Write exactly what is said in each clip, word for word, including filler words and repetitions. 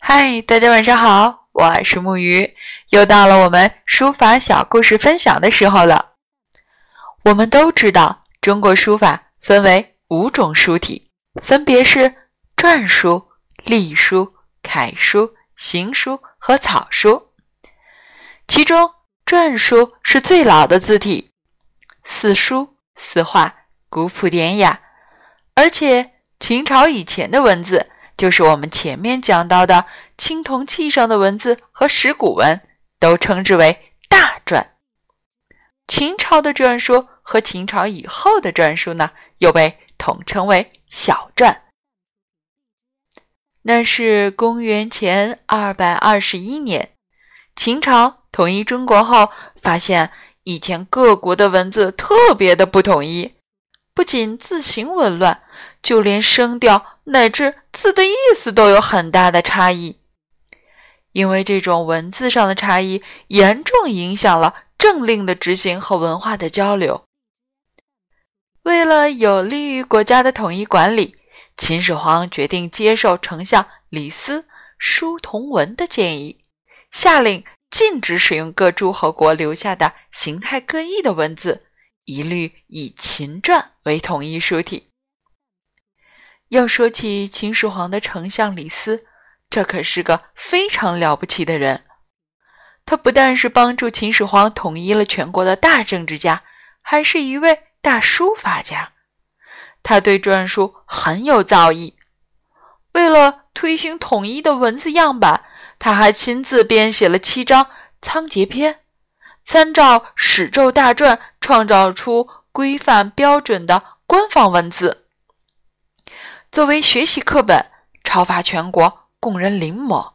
嗨，大家晚上好，我是木鱼，又到了我们书法小故事分享的时候了。我们都知道，中国书法分为五种书体，分别是篆书、隶书、楷书、行书和草书。其中，篆书是最老的字体，四书四画，古朴典雅，而且秦朝以前的文字就是我们前面讲到的青铜器上的文字和石鼓文，都称之为大篆。秦朝的篆书和秦朝以后的篆书呢，又被统称为小篆。那是公元前二百二十一年，秦朝统一中国后，发现以前各国的文字特别的不统一，不仅字形紊乱，就连声调乃至字的意思都有很大的差异。因为这种文字上的差异，严重影响了政令的执行和文化的交流。为了有利于国家的统一管理，秦始皇决定接受丞相李斯书同文的建议，下令禁止使用各诸侯国留下的形态各异的文字，一律以秦篆为统一书体。要说起秦始皇的丞相李斯，这可是个非常了不起的人。他不但是帮助秦始皇统一了全国的大政治家，还是一位大书法家。他对篆书很有造诣，为了推行统一的文字样板，他还亲自编写了七章仓颉篇，参照史胄大篆创造出规范标准的官方文字，作为学习课本，超发全国，供人临摹。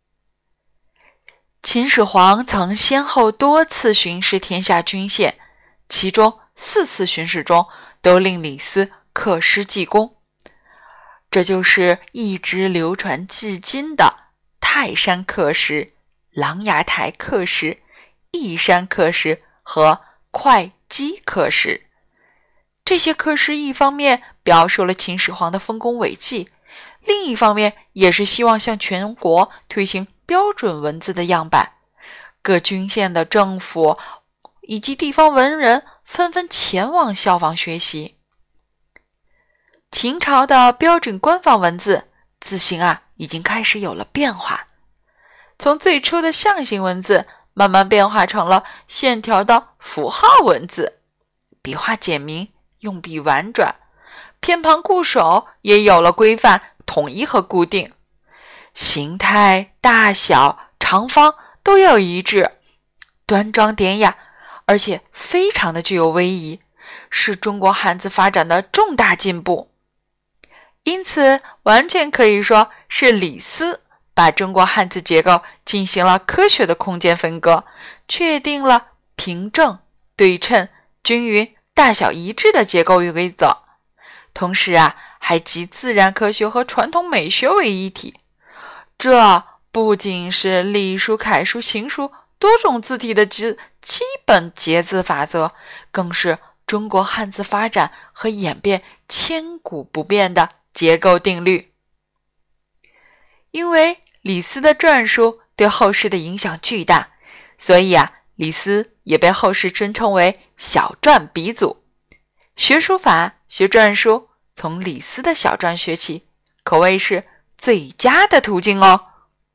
秦始皇曾先后多次巡视天下郡县，其中四次巡视中都令李斯刻诗记功，这就是一直流传至今的泰山刻石、琅琊台刻石、义山刻石和会稽刻石。这些刻石一方面表述了秦始皇的丰功伟绩，另一方面也是希望向全国推行标准文字的样板。各郡县的政府以及地方文人纷纷前往效仿学习。秦朝的标准官方文字字形啊，已经开始有了变化，从最初的象形文字慢慢变化成了线条的符号文字，笔画简明，用笔婉转，偏旁固守也有了规范、统一和固定，形态、大小、长方都要一致，端庄典雅，而且非常的具有威仪，是中国汉字发展的重大进步。因此，完全可以说是李斯把中国汉字结构进行了科学的空间分割，确定了平正、对称、均匀、大小一致的结构与规则。同时啊，还集自然科学和传统美学为一体。这不仅是隶书、楷书、行书多种字体的基本结字法则，更是中国汉字发展和演变千古不变的结构定律。因为李斯的篆书对后世的影响巨大，所以啊，李斯也被后世尊称为小篆鼻祖。学书法、学篆书，从李斯的小篆学起，可谓是最佳的途径哦。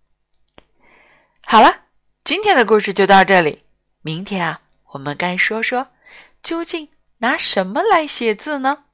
好了，今天的故事就到这里。明天啊，我们该说说究竟拿什么来写字呢？